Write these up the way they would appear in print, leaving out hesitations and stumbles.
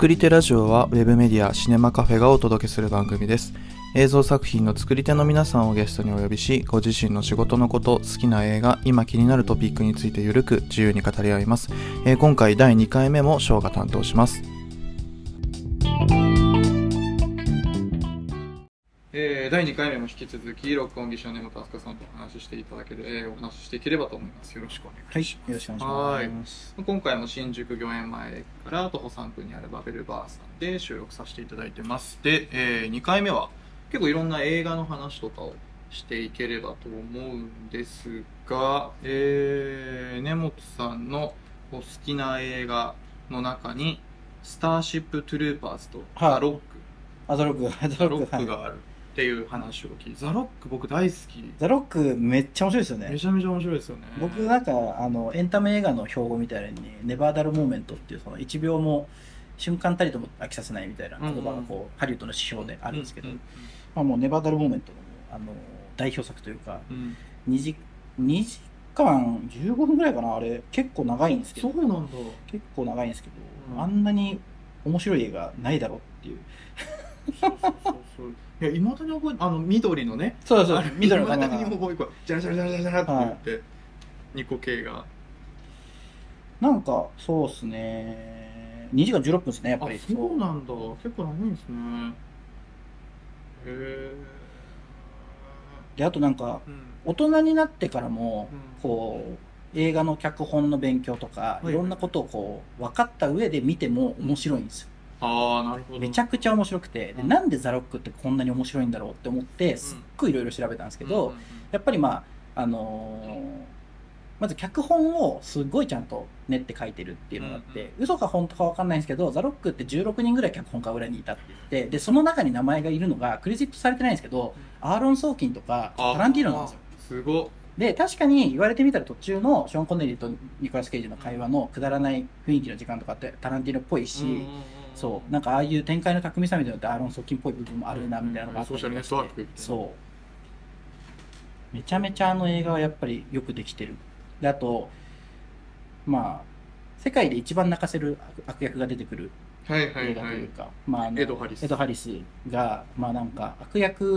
作り手ラジオはウェブメディアシネマカフェがお届けする番組です。映像作品の作り手の皆さんをゲストにお呼びし、ご自身の仕事のこと、好きな映画、今気になるトピックについてゆるく自由に語り合います。今回第2回目もショーが担当します。第2回目も引き続き録音技師の根本飛鳥さんとお話ししていただける、お話ししていければと思います。よろしくお願いします。 はい、よろしくお願いします。 今回も新宿御苑前から徒歩3分にあるバベルバーさんで収録させていただいてます。で、2回目は結構いろんな映画の話とかをしていければと思うんですが、根本さんのお好きな映画の中にスターシップトゥルーパーズとザ・ロック、 ザ・ロックがあるっていう話を聞いて、ザ・ロック僕大好き。 ザ・ロックめっちゃ面白いですよね。 めちゃめちゃ面白いですよね。 僕なんかエンタメ映画の標語みたいにネバーダルモーメントっていうその1秒も瞬間たりとも飽きさせないみたいな言葉がこうハリウッドの指標であるんですけど、もうネバーダルモーメントの代表作というか、2時間15分ぐらいかな。あれ結構長いんですけど、 そうなんだ。 結構長いんですけど、あんなに面白い映画ないだろうっていう。 いや、いまだに覚えて、緑のね、 そう緑のいまだに覚えて、ジャラジャラジャラジャラって言って、ニコ系がなんかそうっすね、2時間16分ですね、やっぱり。 そうなんだ、結構長いんですね。 で、あとなんか、大人になってからもこう映画の脚本の勉強とか、いろんなことをこう分かった上で見ても面白いんですよ。 なるほど。 めちゃくちゃ面白くて、でなんでザ・ロックってこんなに面白いんだろうって思ってすっごいいろいろ調べたんですけど、やっぱりまず脚本をすごいちゃんと練って書いてるっていうのがあって、嘘か本当か分かんないんですけど、ザ・ロックって16人ぐらい脚本家裏にいたって言って、でその中に名前がいるのがクレジットされてないんですけど、アーロン・ソーキンとかタランティーノなんですよ。 すごっ。で確かに言われてみたら途中のショーン・コネリーとニコラス・ケイジの会話のくだらない雰囲気の時間とかってタランティーノっぽいし、そうなんかああいう展開の巧みさみたいなのってアーロン・ソーキンっぽい部分もあるなみたいなのがあったりとかして、そうめちゃめちゃ映画はやっぱりよくできてる。であと世界で一番泣かせる悪役が出てくる映画というか、エド・ハリスがなんか悪役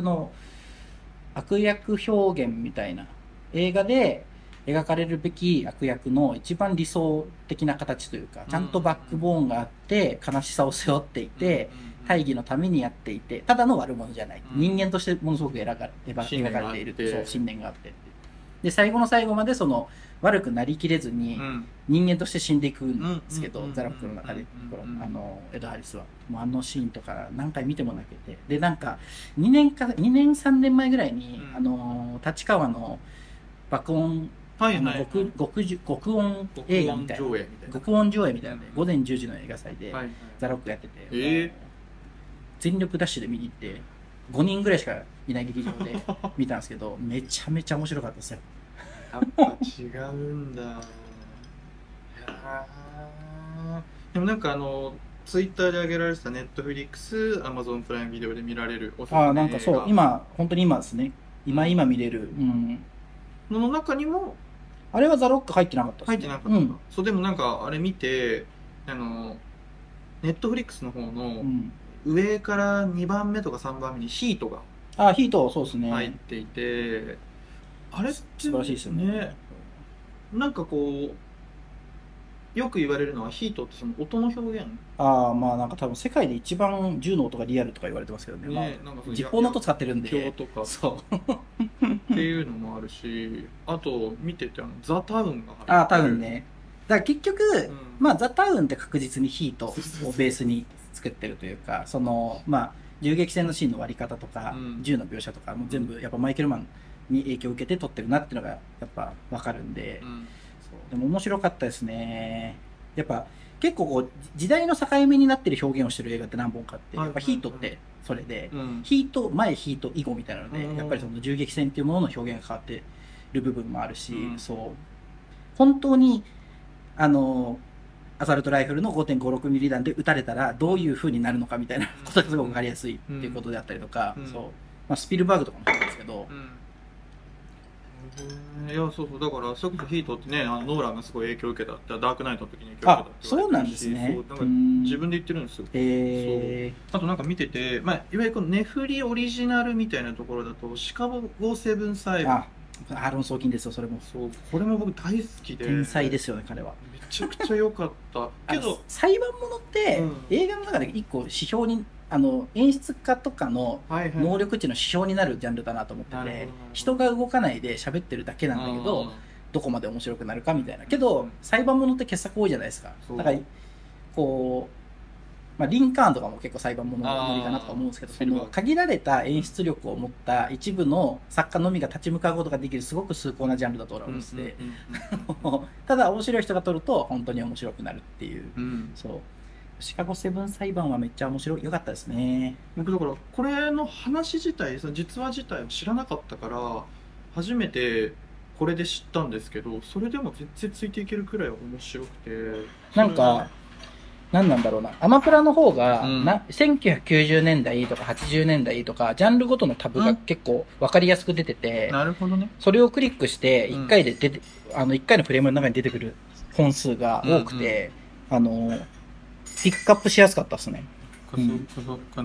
表現みたいな映画で描かれるべき悪役の一番理想的な形というか、ちゃんとバックボーンがあって悲しさを背負っていて、大義のためにやっていて、ただの悪者じゃない、人間としてものすごく描かれている、そう信念があってで最後の最後までその悪くなりきれずに人間として死んでいくんですけど、ザ・ロックの中でエド・ハリスはもうシーンとか何回見ても泣けて、でなんか2年3年前ぐらいに立川の爆音極音映画みたいな、極音上映みたいなので午前10時の映画祭でザ・ロックやってて、全力ダッシュで見に行って5人ぐらいしかいない劇場で見たんですけどめちゃめちゃ面白かったですよ。 やっぱ違うんだ。でもなんかツイッターで上げられてたネットフリックス、アマゾンプライムビデオで見られるおすすめ映画、 なんかそう本当に今ですね、今見れる、 の中にもあれはザ・ロック入ってなかったですね。 入ってなかった、そうでもなんかあれ見てネットフリックスの方の上から2番目とか3番目にヒートがヒートそうですね入っていて、あれって素晴らしいですよね。 なんかこうよく言われるのはヒートってその音の表現、 なんか多分世界で一番銃の音がリアルとか言われてますけどね。実砲の音使ってるんで今日とかっていうのもあるし、あと見ててザ・タウンが入ってる。タウンね。だから結局ザ・タウンって確実にヒートをベースに作ってるというか、その銃撃戦のシーンの割り方とか、銃の描写とかも全部やっぱマイケルマンに影響を受けて撮ってるなっていうのがやっぱ分かるんで、でも面白かったですね。やっぱ結構こう時代の境目になってる表現をしてる映画って何本かあって、やっぱヒートってそれで、ヒート前ヒート以後みたいなので、やっぱりその銃撃戦っていうものの表現が変わってる部分もあるし、そう本当にアサルトライフルの 5.56 ミリ弾で撃たれたらどういう風になるのかみたいなことがすごく分かりやすいっていうことであったりとか、スピルバーグとかもそうなんですけど、 いや、そうそう、だからそれこそヒートってね、ノーランがすごい影響を受けたって、ダークナイトの時に影響を受けたって言われてるし、 そうなんですね。 そうなんか自分で言ってるんですよ。そうあとなんか見てて、まあ、いわゆるこのネフリオリジナルみたいなところだと、シカゴセブン裁判。 アーロン・ソーキンですよ、それも。 そう、これも僕大好きで。 天才ですよね、彼は。 めちゃくちゃ良かった。けど、 裁判ものって、映画の中で一個指標に、演出家とかの能力値の指標になるジャンルだなと思ってて、人が動かないで喋ってるだけなんだけど、どこまで面白くなるかみたいな。けど、裁判ものって傑作多いじゃないですか。だから、こう、まあ、リンカーンとかも結構裁判もののノリかなとか思うんですけど、その限られた演出力を持った一部の作家のみが立ち向かうことができるすごく崇高なジャンルだと俺は思ってて、ただ面白い人が撮ると本当に面白くなるっていう、そう。シカゴセブン裁判はめっちゃ面白い、良かったですね。 僕だからこれの話自体、その実話自体を知らなかったから初めてこれで知ったんですけど、それでも全然ついていけるくらい面白くて、 なんか何なんだろうな、アマプラの方が、1990年代とか80年代とかジャンルごとのタブが結構分かりやすく出てて、 なるほどね。 それをクリックして1回で出て、1回のフレームの中に出てくる本数が多くて、ピックアップしやすかったですね。 そうか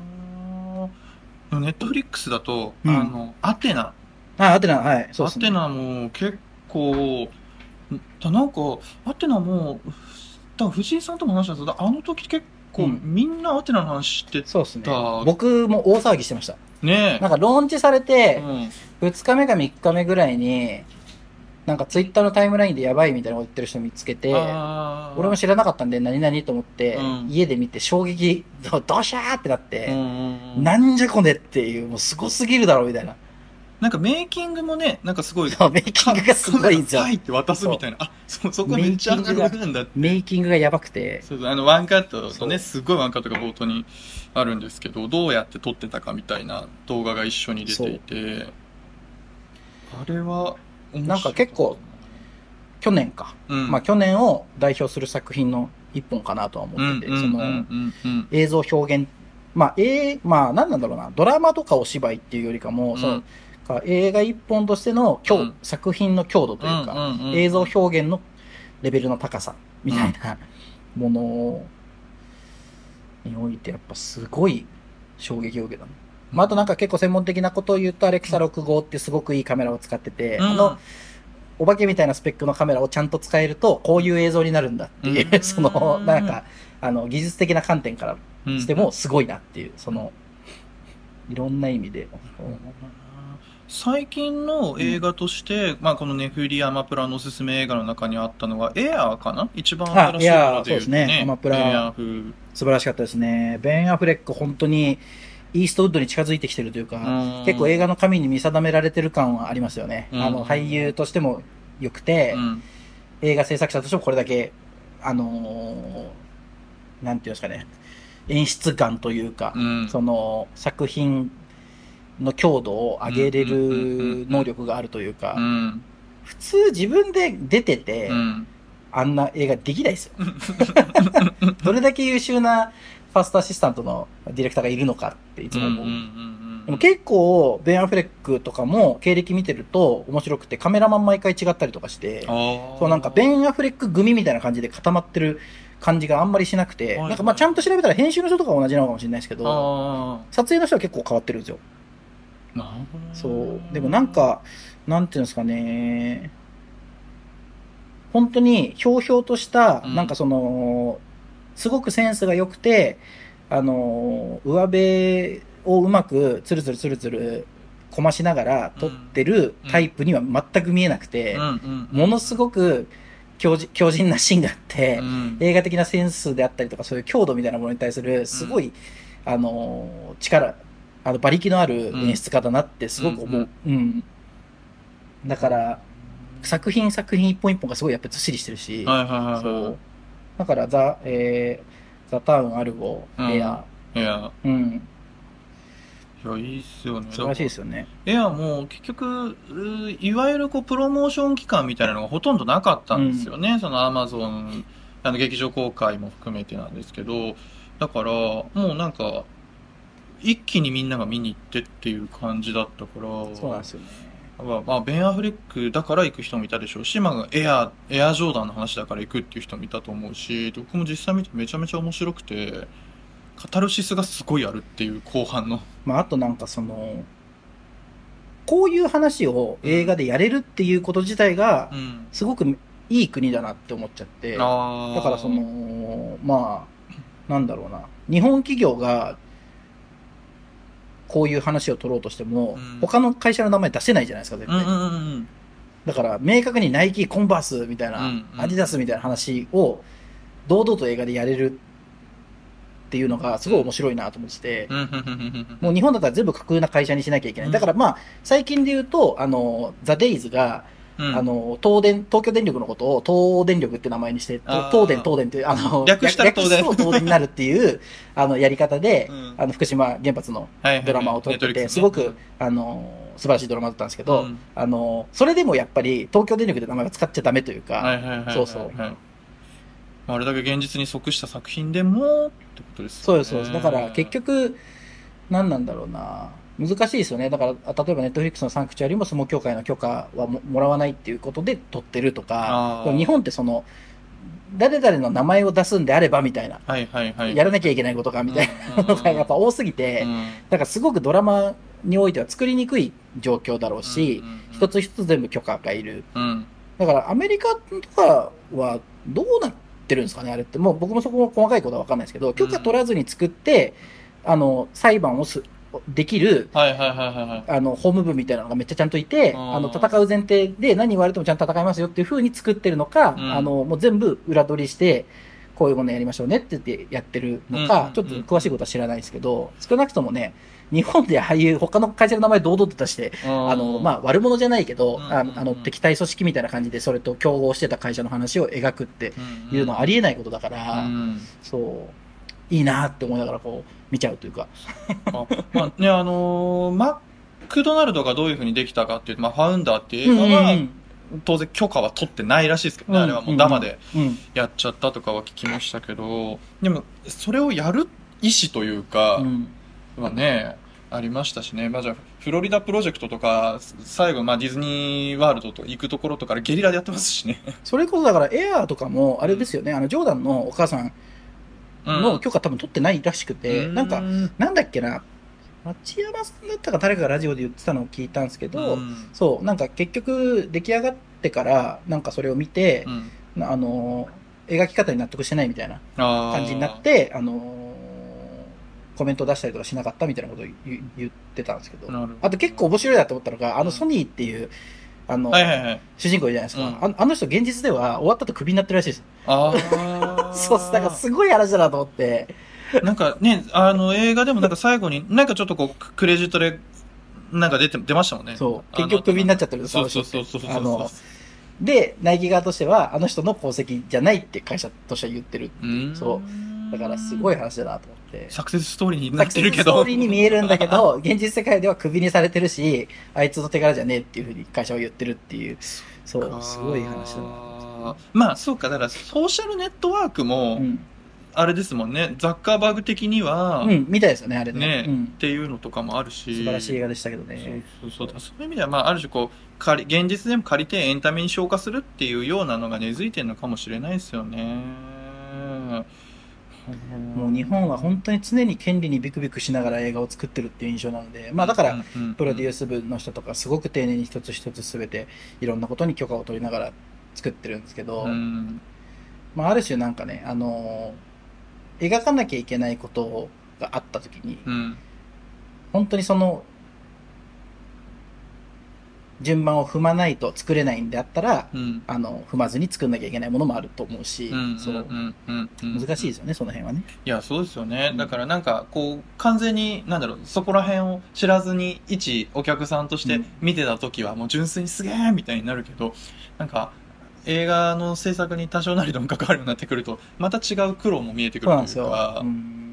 な。ネットフリックスだと、アテナ。 アテナ、はい。そうですね。 アテナも結構、なんか、アテナも、多分藤井さんとも話したんですけど、あの時結構みんなアテナの話してた。 そうですね。僕も大騒ぎしてました。 ねえ。 なんかローンチされて、2日目か3日目ぐらいに、なんかツイッターのタイムラインでやばいみたいなこと言ってる人見つけて、俺も知らなかったんで何々と思って、家で見て衝撃、ドシャーってなって、なんじゃこれっていう、もうすごすぎるだろみたいな。 なんかメイキングもね、なんかすごい。 メイキングがすごいんですよ。 はいって渡すみたいな。あ、そこめっちゃアナログなんだって。 メイキングがやばくて。 そう、ワンカットとね、すごいワンカットが冒頭にあるんですけど、どうやって撮ってたかみたいな動画が一緒に出ていて、あれは面白い。 なんか結構、去年か。まあ去年を代表する作品の一本かなとは思ってて、その、映像表現、まあ何なんだろうな、ドラマとかお芝居っていうよりかも、その、映画一本としての作品の強度というか、映像表現のレベルの高さみたいなものにおいてやっぱすごい衝撃を受けたの。まあ、あとなんか結構専門的なことを言うとアレクサ65ってすごくいいカメラを使ってて、お化けみたいなスペックのカメラをちゃんと使えるとこういう映像になるんだっていう、そのなんか技術的な観点からしてもすごいなっていう、そのいろんな意味で。 最近の映画として、まあこのネフリアマプラのおすすめ映画の中にあったのがエアーかな、一番新しいので言うとね。 アマプラ素晴らしかったですね。ベン・アフレック本当にイーストウッドに近づいてきてるというか、結構映画の神に見定められてる感はありますよね。俳優としても良くて、映画制作者としてもこれだけなんていうんですかね、演出眼というか、その作品の強度を上げれる能力があるというか、普通自分で出てて、あんな映画できないですよ。どれだけ優秀なファーストアシスタントのディレクターがいるのかっていつも思う。でも結構、ベン・アフレックとかも経歴見てると面白くて、カメラマン毎回違ったりとかして、そうなんかベン・アフレック組みたいな感じで固まってる感じがあんまりしなくて、なんかまあちゃんと調べたら編集の人とかは同じなのかもしれないですけど、撮影の人は結構変わってるんですよ。そう。でもなんか、なんていうんですかね、本当にひょうひょうとした、なんかその、すごくセンスが良くて、上辺をうまくツルツルツルツルこましながら撮ってるタイプには全く見えなくて、ものすごく強靭なシーンがあって、映画的なセンスであったりとか、そういう強度みたいなものに対する、すごい、力、馬力のある演出家だなってすごく思う。だから、作品一本一本がすごいやっぱりずっしりしてるし、そう。だからザ・タウン・アルゴ、エア。 いや、いいっすよね。 素晴らしいですよね。 エアも結局、いわゆるこうプロモーション期間みたいなのがほとんどなかったんですよね。そのアマゾン、劇場公開も含めてなんですけど、だから、もうなんか、一気にみんなが見に行ってっていう感じだったから。 そうなんですよね。 まあ、ベン・アフレックだから行く人もいたでしょうし、まあ、エアジョーダンの話だから行くっていう人もいたと思うし、僕も実際見てめちゃめちゃ面白くて、カタルシスがすごいあるっていう後半の。 まあ、あとなんかこういう話を映画でやれるっていうこと自体が、すごくいい国だなって思っちゃって、だからまあ、なんだろうな、日本企業が、こういう話を取ろうとしても、他の会社の名前出せないじゃないですか、絶対。だから、明確にナイキ、コンバースみたいな、アディダスみたいな話を、堂々と映画でやれるっていうのが、すごい面白いなと思ってて、もう日本だったら全部架空な会社にしなきゃいけない。だからまあ、最近で言うと、ザ・デイズが、東京電力のことを東電力って名前にして、東電っていう、 略したら東電。 東電になるっていう、やり方で、福島原発のドラマを撮ってて、すごく、素晴らしいドラマだったんですけど、それでもやっぱり東京電力で名前を使っちゃダメというか、そうそう。 あれだけ現実に即した作品でも、ってことですね。そうです。だから結局、何なんだろうな。難しいですよね。だから、例えばネットフリックスのサンクチュアリも相撲協会の許可はもらわないっていうことで撮ってるとか、日本って誰々の名前を出すんであればみたいな、やらなきゃいけないことかみたいなのがやっぱ多すぎて、だからすごくドラマにおいては作りにくい状況だろうし、一つ一つ全部許可がいる。だからアメリカとかはどうなってるんですかね、あれって。もう僕もそこも細かいことはわかんないですけど、許可取らずに作って、裁判をできる、ホーム部みたいなのがめっちゃちゃんといて、戦う前提で何言われてもちゃんと戦いますよっていう風に作ってるのか、もう全部裏取りして、こういうものやりましょうねって言ってやってるのか、ちょっと詳しいことは知らないですけど、少なくともね、日本でああいう他の会社の名前堂々と出して、まあ、悪者じゃないけど、敵対組織みたいな感じでそれと競合してた会社の話を描くっていうのはありえないことだから、そう、いいなって思いながらこう、見ちゃうというか。 まあね、マクドナルドがどういう風にできたかっていうと、まあ、ファウンダーっていう映画は、当然許可は取ってないらしいですけどね、あれはもうダマでやっちゃったとかは聞きましたけど、でも、それをやる意思というか、はね、ありましたしね。まあじゃあ、フロリダプロジェクトとか、最後、まあディズニーワールドと行くところとかゲリラでやってますしね。 それこそだから、エアーとかも、あれですよね、ジョーダンのお母さんの許可多分取ってないらしくて、なんか、なんだっけな、町山さんだったか誰かがラジオで言ってたのを聞いたんですけど、そう、なんか結局出来上がってから、なんかそれを見て、描き方に納得してないみたいな感じになって、コメント出したりとかしなかったみたいなことを言ってたんですけど、あと結構面白いなと思ったのが、ソニーっていう、主人公じゃないですか。あの人現実では終わったとクビになってるらしいです。そう、なんかすごい話だなと思って。 なんかね、映画でもなんか最後に、なんかちょっとこう、クレジットで、なんか出ましたもんね。 そう。結局クビになっちゃってる。 そう。 で、ナイキ側としては、あの人の功績じゃないって会社としては言ってるっていう。そう。だからすごい話だなと思って。 サクセスストーリーになってるけど。 サクセスストーリーに見えるんだけど、現実世界ではクビにされてるし、あいつの手柄じゃねえっていうふうに会社は言ってるっていう。そう、すごい話だな。 まあ、そうか。だから、ソーシャルネットワークも、あれですもんね。ザッカーバーグ的には、 みたいですよね、あれね。っていうのとかもあるし。 素晴らしい映画でしたけどね。 そういう意味では、まあ、ある種こう、現実でも借りてエンタメに消化するっていうようなのが根付いてるのかもしれないですよね。 もう日本は本当に常に権利にビクビクしながら映画を作ってるっていう印象なので、まあだから、プロデュース部の人とかすごく丁寧に一つ一つ全ていろんなことに許可を取りながら作ってるんですけど、まあある種なんかね、描かなきゃいけないことがあった時に、本当にその、順番を踏まないと作れないんであったら、踏まずに作んなきゃいけないものもあると思うし、難しいですよね、その辺はね。 いや、そうですよね。だからなんか、こう、完全に、なんだろう、そこら辺を知らずに、一お客さんとして見てた時は、もう純粋にすげーみたいになるけど、なんか、映画の制作に多少なりとも関わるようになってくると、また違う苦労も見えてくるというか、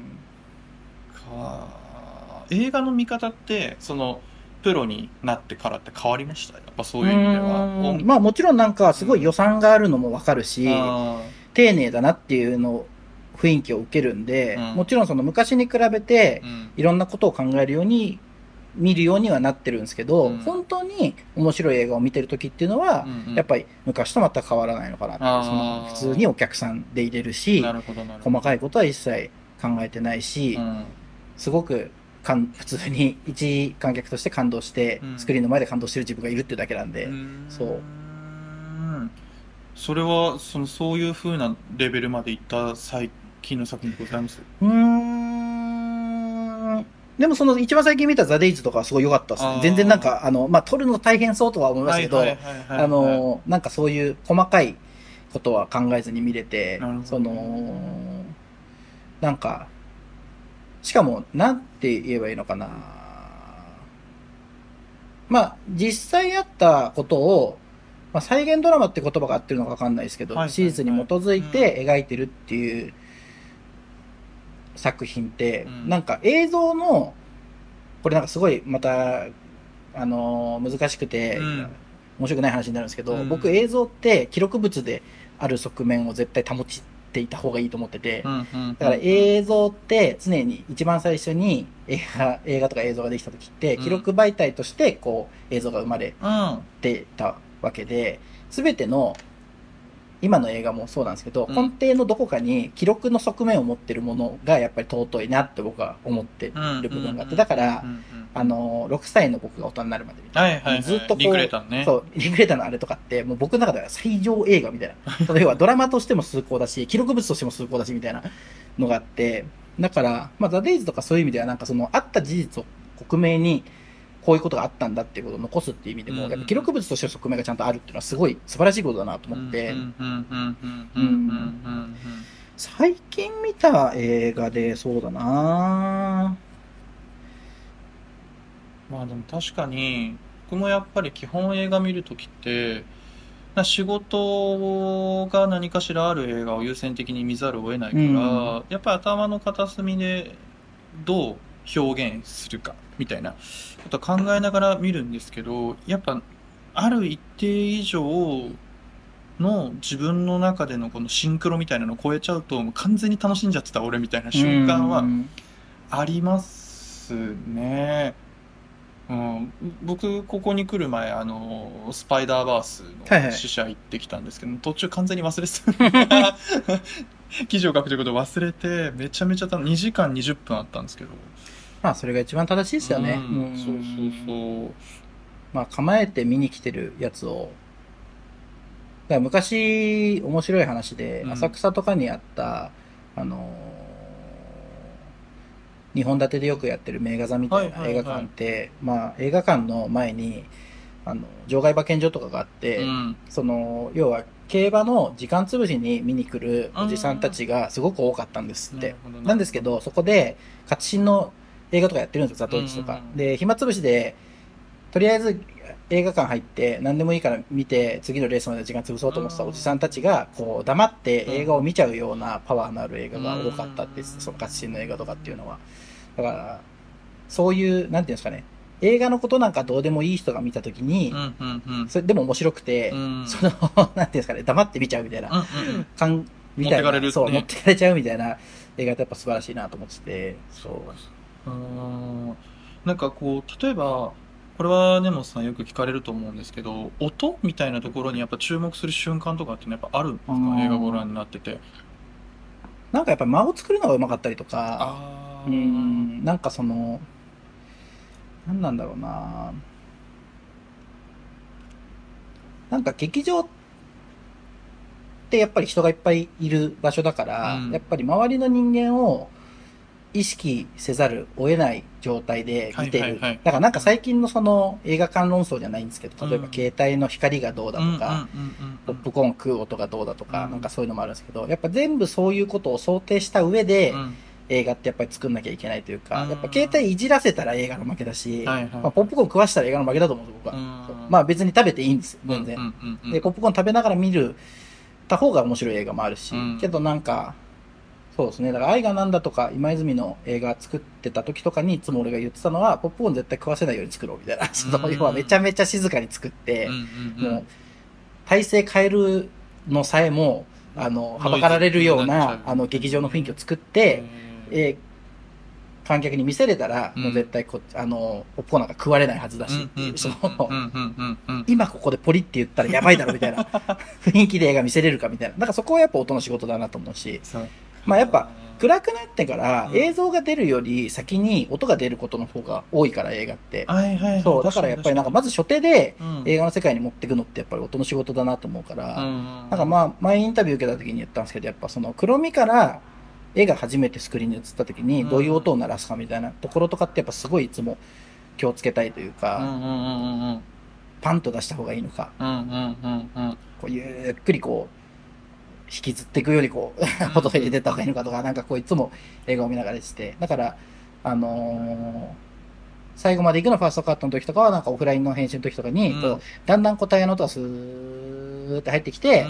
映画の見方って、プロになってからって変わりました？やっぱそういう意味では。 まあもちろんなんかすごい予算があるのもわかるし、丁寧だなっていうの雰囲気を受けるんで、もちろんその昔に比べていろんなことを考えるように見るようにはなってるんですけど、 うん、 本当に面白い映画を見てる時っていうのは、 うんうん、 やっぱり昔と全く変わらないのかなって。その普通にお客さんで入れるし、 なるほどなるほど、 細かいことは一切考えてないし、すごく普通に一観客として感動して、スクリーンの前で感動してる自分がいるっていうだけなんで、そう。 それはそういう風なレベルまでいった最近の作品でございます？ でもその一番最近見たザ・デイズとかはすごい良かったですね。全然なんか、撮るの大変そうとは思いましたけど、なんかそういう細かいことは考えずに見れて、なんか、しかも、なんて言えばいいのかな。まあ、実際あったことを、まあ、再現ドラマって言葉が合ってるのかわかんないですけど、史実に基づいて描いてるっていう作品って、なんか映像の、これなんかすごいまた、難しくて、面白くない話になるんですけど、僕映像って記録物である側面を絶対保ちていた方がいいと思ってて、だから映像って常に一番最初に映画とか映像ができた時って、記録媒体としてこう映像が生まれてたわけで、全ての今の映画もそうなんですけど、根底のどこかに記録の側面を持ってるものがやっぱり尊いなって僕は思ってる部分があって、だから、6歳の僕が大人になるまでみたいな。ずっとこう、 リンクレーターね。 そう、リンクレーターのあれとかって、もう僕の中では最上映画みたいな。例えばドラマとしても崇高だし、記録物としても崇高だしみたいなのがあって、だから、まあ、ザ・デイズとかそういう意味ではなんかあった事実を克明に、こういうことがあったんだっていうことを残すっていう意味でも、やっぱ記録物としての側面がちゃんとあるっていうのはすごい素晴らしいことだなと思って、最近見た映画でそうだな。 まあでも確かに、僕もやっぱり基本映画見るときって、仕事が何かしらある映画を優先的に見ざるを得ないから、やっぱり頭の片隅でどう表現するかみたいなことを考えながら見るんですけど、やっぱある一定以上の自分の中でのこのシンクロみたいなのを超えちゃうと、もう完全に楽しんじゃってた俺みたいな瞬間はありますね。僕ここに来る前スパイダーバースの試写行ってきたんですけど、途中完全に忘れてた記事を書くということを忘れて、めちゃめちゃ2時間20分あったんですけど、 まあそれが一番正しいですよね。 そうそうそう。 まあ構えて見に来てるやつを、だから昔面白い話で、浅草とかにあった2本立てでよくやってる名画座みたいな映画館って、まあ映画館の前に場外馬券場とかがあって、要は競馬の時間潰しに見に来るおじさんたちがすごく多かったんですって。なんですけど、そこで勝新の映画とかやってるんですよ、ザトウイチとか。で、暇つぶしで、とりあえず映画館入って何でもいいから見て次のレースまで時間潰そうと思ってたおじさんたちがこう黙って映画を見ちゃうようなパワーのある映画が多かったって言って、その勝新の映画とかっていうのは。だから、そういう、なんていうんですかね、映画のことなんかどうでもいい人が見たときに、それでも面白くて、なんていうんですかね、黙って見ちゃうみたいな、みたいな、そう、持ってかれちゃうみたいな映画ってやっぱ素晴らしいなと思ってて、そう。 なんかこう、例えば、これは根本さんよく聞かれると思うんですけど、音みたいなところにやっぱ注目する瞬間とかってやっぱあるんですか？映画ご覧になってて。 なんかやっぱ間を作るのがうまかったりとか、なんかなんなんだろうな。なんか劇場ってやっぱり人がいっぱいいる場所だから、やっぱり周りの人間を意識せざるを得ない状態で見ている。だからなんか最近の映画館論争じゃないんですけど、例えば携帯の光がどうだとか、ポップコーン食う音がどうだとか、なんかそういうのもあるんですけど、やっぱ全部そういうことを想定した上で、映画ってやっぱり作んなきゃいけないというか、やっぱ携帯いじらせたら映画の負けだし、まあ、ポップコーン食わしたら映画の負けだと思うんです僕は。まあ別に食べていいんですよ、全然。で、ポップコーン食べながら見るた方が面白い映画もあるし、けどなんか、そうですね。だから愛がなんだとか、今泉の映画作ってた時とかにいつも俺が言ってたのは、ポップコーン絶対食わせないように作ろうみたいな。要はめちゃめちゃ静かに作って、もう、体勢変えるのさえも、はばかられるような、劇場の雰囲気を作って、 観客に見せれたら、もう絶対ポップコーンなんか食われないはずだしっていう、今ここでポリって言ったらやばいだろみたいな雰囲気で映画見せれるかみたいな。だからそこはやっぱ音の仕事だなと思うし、まあやっぱ暗くなってから映像が出るより先に音が出ることの方が多いから映画って。そう、だからやっぱりなんかまず初手で映画の世界に持っていくのってやっぱり音の仕事だなと思うから、なんかまあ前インタビュー受けた時に言ったんですけど、やっぱその黒みから絵が初めてスクリーンに映った時にどういう音を鳴らすかみたいなところとかってやっぱすごいいつも気をつけたいというか、パンと出した方がいいのか、こうゆっくりこう引きずっていくよりこう音を入れてった方がいいのかとか、なんかこういつも映画を見ながらして、だから最後まで行くのファーストカットの時とかはなんかオフラインの編集の時とかにこう、だんだんタイヤの音がスーって入ってきて、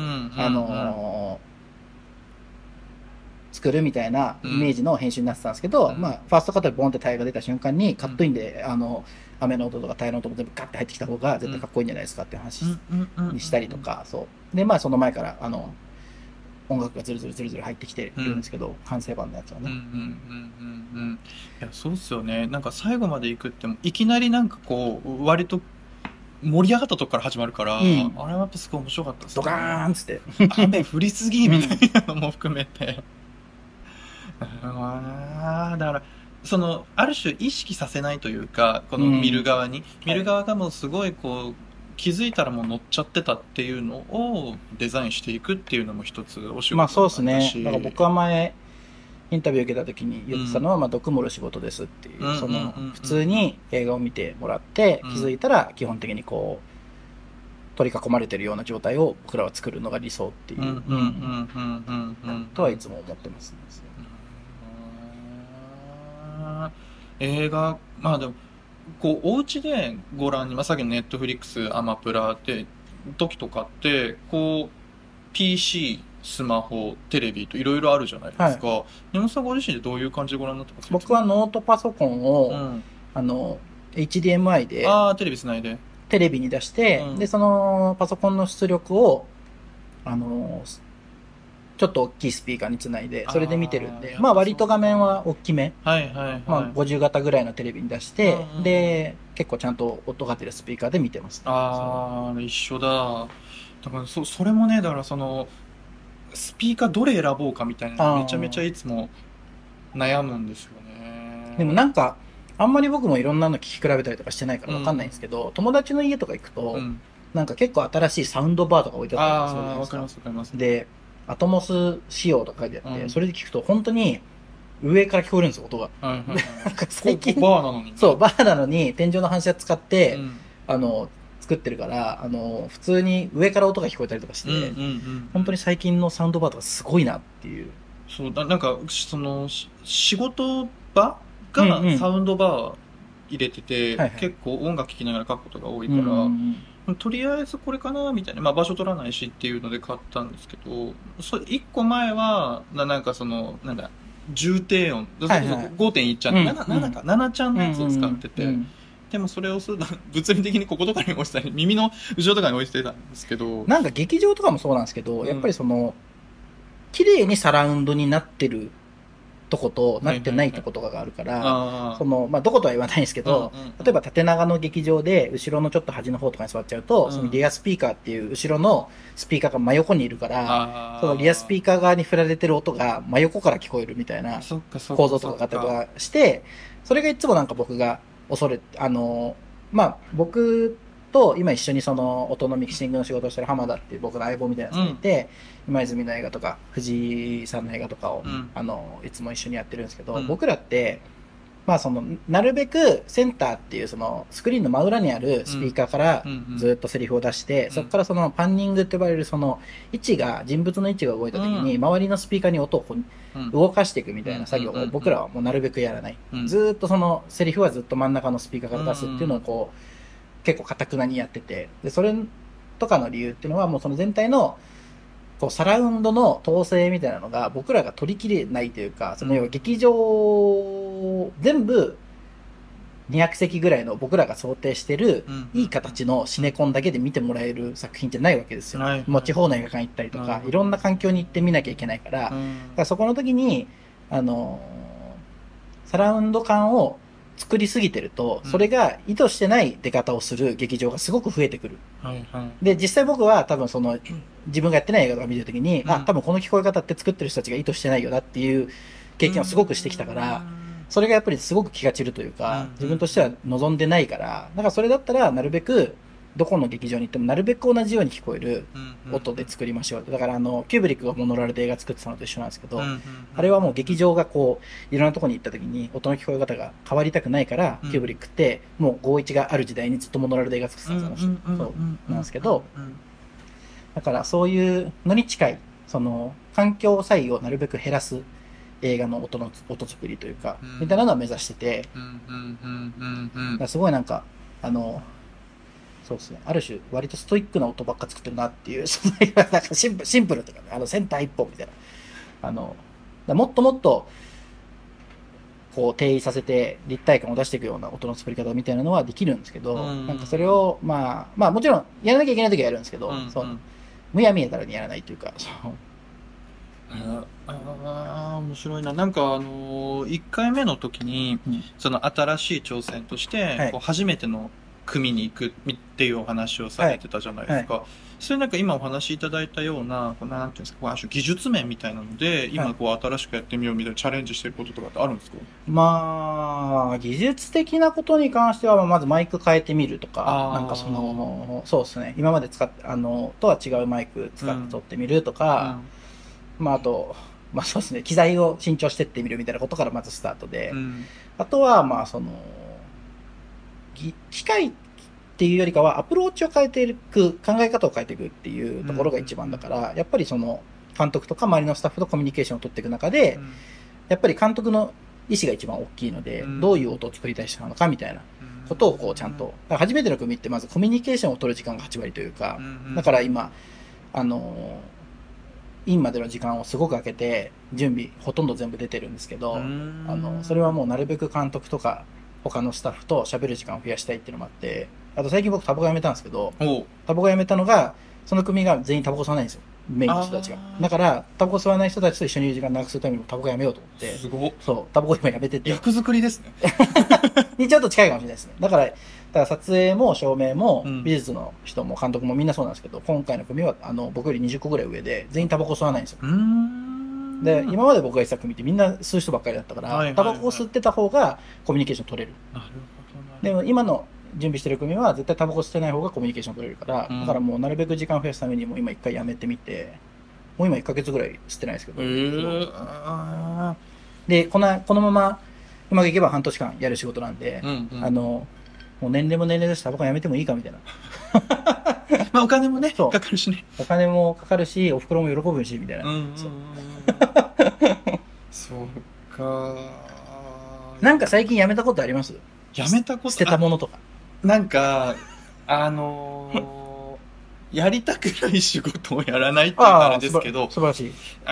作るみたいなイメージの編集になってたんですけど、まあ、ファーストカットでボンってタイヤが出た瞬間に、カットインで、雨の音とかタイヤの音も全部ガッて入ってきた方が絶対かっこいいんじゃないですかっていう話にしたりとか、そう。で、まあ、その前から、音楽がズルズルズルズル入ってきているんですけど、完成版のやつはね。 いや、そうっすよね。なんか最後まで行くっても、いきなりなんかこう、割と、盛り上がったとこから始まるから、あれはやっぱすごい面白かったですね。 ドカーンっつって。 雨降りすぎみたいなのも含めて。だからそのある種意識させないというか、この見る側に、見る側がもうすごいこう気づいたらもう乗っちゃってたっていうのをデザインしていくっていうのも一つお仕事まあそうですね。だから僕は前インタビュー受けた時に言ってたのは、まあ毒盛る仕事ですっていう、その普通に映画を見てもらって気づいたら基本的にこう取り囲まれてるような状態を僕らは作るのが理想っていうとはいつも思ってますね。 映画、まあでもこうお家でご覧に、まあ、さっきのネットフリックス、アマプラって時とかってこう PC、スマホ、テレビといろいろあるじゃないですか。根本さんご自身でどういう感じでご覧になってますか？ 僕はノートパソコンを、HDMI でテレビつないでテレビに出して、でそのパソコンの出力をちょっと大きいスピーカーにつないで、それで見てるんで、まあ割と画面は大きめ。まあ50型ぐらいのテレビに出して、で、結構ちゃんと音が出るスピーカーで見てます、 ね。一緒だ。だからそれもね、だからその、スピーカーどれ選ぼうかみたいな、めちゃめちゃいつも悩むんですよね。 でもなんか、あんまり僕もいろんなの聞き比べたりとかしてないからわかんないんですけど、友達の家とか行くと、なんか結構新しいサウンドバーとか置いてあったりするじゃないですか。 わかります。 で、アトモス仕様とか書いてあって、それで聞くと本当に上から聞こえるんですよ、音が。なんか最近、 バーなのに。 そう、バーなのに天井の反射使って、作ってるから、普通に上から音が聞こえたりとかして、本当に最近のサウンドバーとかすごいなっていう。 そう、なんか、その、仕事場がサウンドバー入れてて、結構音楽聴きながら書くことが多いから、とりあえずこれかなみたいな、まあ場所取らないしっていうので買ったんですけど、一個前は、なんかその、なんだ、重低音、5.1 ちゃん、7ちゃんのやつを使ってて、でもそれをすると物理的にこことかに置いてたり、耳の後ろとかに置いてたんですけど。 なんか劇場とかもそうなんですけど、やっぱりその、綺麗にサラウンドになってるとことなってないとことかがあるから、その、まあ、どことは言わないんですけど、例えば縦長の劇場で後ろのちょっと端の方とかに座っちゃうと、そのリアスピーカーっていう後ろのスピーカーが真横にいるから、そのリアスピーカー側に振られてる音が真横から聞こえるみたいな構造とかがあったりとかして、それがいつもなんか僕が恐れ、まあ、僕と今一緒にその音のミキシングの仕事をしてる浜田っていう僕の相棒みたいなやつがいて、今泉の映画とか藤井さんの映画とかを、いつも一緒にやってるんですけど、僕らってまあそのなるべくセンターっていうそのスクリーンの真裏にあるスピーカーからずっとセリフを出して、そこからそのパンニングって呼ばれるその位置が人物の位置が動いた時に周りのスピーカーに音を動かしていくみたいな作業を僕らはもうなるべくやらない、ずっとそのセリフはずっと真ん中のスピーカーから出すっていうのをこう結構堅くなにやってて、でそれとかの理由っていうのはもうその全体のこうサラウンドの統制みたいなのが僕らが取りきれないというか、その要は劇場全部200席ぐらいの僕らが想定してるいい形のシネコンだけで見てもらえる作品ってないわけですよ。もう地方の映画館行ったりとかいろんな環境に行って見なきゃいけないから、だからそこの時にサラウンド感を作りすぎてると、それが意図してない出方をする劇場がすごく増えてくる。 はいはい。 で、実際僕は多分その、自分がやってない映画とか見てるときに、 うん多分この聞こえ方って作ってる人たちが意図してないよなっていう経験をすごくしてきたから、それがやっぱりすごく気が散るというか、自分としては望んでないから、だからそれだったらなるべく、どこの劇場に行ってもなるべく同じように聞こえる音で作りましょう。だからキューブリックがモノラルで映画作ってたのと一緒なんですけど、あれはもう劇場がこう、いろんなとこに行った時に音の聞こえ方が変わりたくないから、キューブリックってもう51がある時代にずっとモノラルで映画作ってたんですよ。そうなんですけど、だからそういうのに近い、その、環境差異をなるべく減らす映画の音作りというか、みたいなのは目指してて、すごいなんか、そうですね。ある種、割とストイックな音ばっか作ってるなっていう、その、なんかシンプルというかね、センター一本みたいな。もっともっと、こう、定義させて、立体感を出していくような音の作り方みたいなのはできるんですけど、なんかそれを、まあ、もちろん、やらなきゃいけない時はやるんですけど、むやみやたらにやらないというか、 面白いな。なんか1回目の時に、その新しい挑戦として、こう初めての組に行くっていうお話をされてたじゃないですか。それなんか今お話しいただいたような、なんていうんですか、技術面みたいなので、今こう新しくやってみようみたいなチャレンジしてることとかってあるんですか？ まあ、技術的なことに関しては、まずマイク変えてみるとか、なんかその、そうですね、今まで使って、とは違うマイク使って撮ってみるとか、まああと、まあそうですね、機材を新調してってみるみたいなことからまずスタートで、あとはまあその、機械っていうよりかはアプローチを変えていく、考え方を変えていくっていうところが一番だから、やっぱりその、監督とか周りのスタッフとコミュニケーションを取っていく中で、やっぱり監督の意思が一番大きいので、どういう音を作りたい人なのかみたいなことをこうちゃんと、初めての組ってまずコミュニケーションを取る時間が8割というか、だから今、インまでの時間をすごく空けて、準備ほとんど全部出てるんですけど、それはもうなるべく監督とか他のスタッフと喋る時間を増やしたいっていうのもあって、あと最近僕タバコやめたんですけど、タバコやめたのが、その組が全員タバコ吸わないんですよ。メインの人たちが。だから、タバコ吸わない人たちと一緒にいる時間長くするためにもタバコやめようと思って。 すごい。 そう、タバコ今やめてて。 役作りですね。 にちょっと近いかもしれないですね。だから撮影も照明も美術の人も監督もみんなそうなんですけど、今回の組は僕より20個ぐらい上で全員タバコ吸わないんですよ。で、今まで僕が言ってた組ってみんな吸う人ばっかりだったから、タバコを吸ってた方がコミュニケーション取れる。なるほど。でも今の準備してる組は絶対タバコ吸ってない方がコミュニケーション取れるから、だからもうなるべく時間を増やすためにもう今一回やめてみて、もう今1ヶ月ぐらい吸ってないですけど。で、このままうまくいけば半年間やる仕事なんで、もう年齢も年齢だしタバコやめてもいいかみたいな。 まあお金もね、かかるしね。 お金もかかるし、お袋も喜ぶし、みたいな。 そうか。 なんか最近やめたことあります？ やめたこと？ 捨てたものとか。 なんか、やりたくない仕事をやらないっていうあれですけど、 素晴らしい。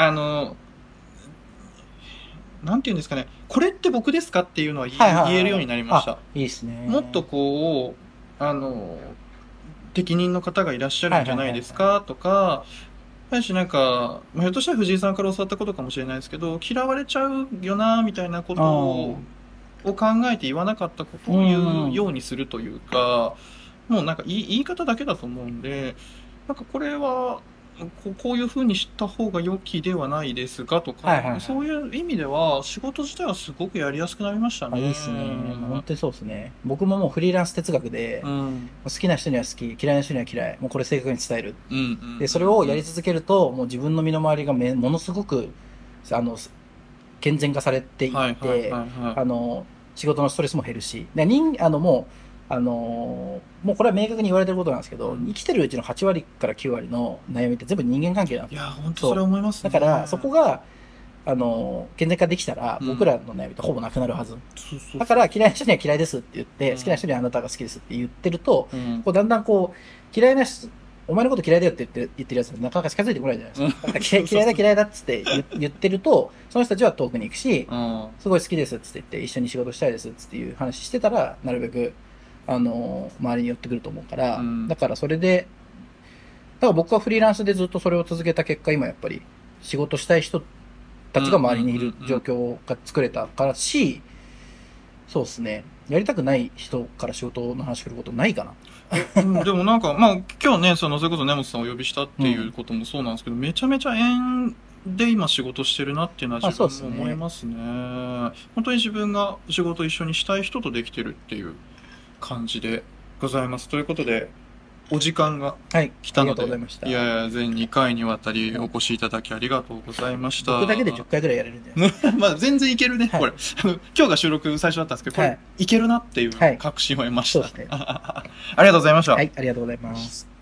なんていうんですかね、これって僕ですかっていうのは言えるようになりました。 いいですね。 もっとこう、適任の方がいらっしゃるんじゃないですかとか、なんか、ひょっとしたら藤井さんから教わったことかもしれないですけど、嫌われちゃうよな、みたいなことを考えて言わなかったことを言うようにするというか、もうなんか言い方だけだと思うんで、なんかこれは、こういう風にした方が良きではないですかとか、そういう意味では仕事自体はすごくやりやすくなりましたね。 いいですね。本当にそうですね。僕ももうフリーランス哲学で、好きな人には好き、嫌いな人には嫌い、もうこれ正確に伝える。で、それをやり続けると、もう自分の身の回りがものすごく、健全化されていって、仕事のストレスも減るし、もうこれは明確に言われてることなんですけど、生きてるうちの8割から9割の悩みって全部人間関係なんですよ。 いや、本当それ思いますね。 だから、そこが、健全化できたら、僕らの悩みってほぼなくなるはず。だから、嫌いな人には嫌いですって言って、好きな人にはあなたが好きですって言ってると、こうだんだんこう、嫌いな人、お前のこと嫌いだよって言ってるやつなかなか近づいてこないじゃないですか。だから嫌いだっつって言ってると、その人たちは遠くに行くし、すごい好きですっつって言って、一緒に仕事したいですっつっていう話してたら、なるべく、周りに寄ってくると思うから、だからそれで、だから僕はフリーランスでずっとそれを続けた結果、今やっぱり仕事したい人たちが周りにいる状況が作れたからし、 そうですね。やりたくない人から仕事の話することないかな。 うん、でもなんか、まあ、今日ね、それこそ根本さんをお呼びしたっていうこともそうなんですけど、めちゃめちゃ縁で今仕事してるなっていうのは自分も思いますね。本当に自分が仕事を一緒にしたい人とできてるっていう感じでございます。ということで、お時間がはい。 来たので、 ありがとうございました。 いやいや、全2回にわたりお越しいただきありがとうございました。 僕だけで10回ぐらいやれるんじゃないですか。 まあ全然いけるね、 はいこれ。今日が収録最初だったんですけど、これ、 はいいけるなっていうはい確信を得ました。 そうですね。 ありがとうございました。 はい、ありがとうございます。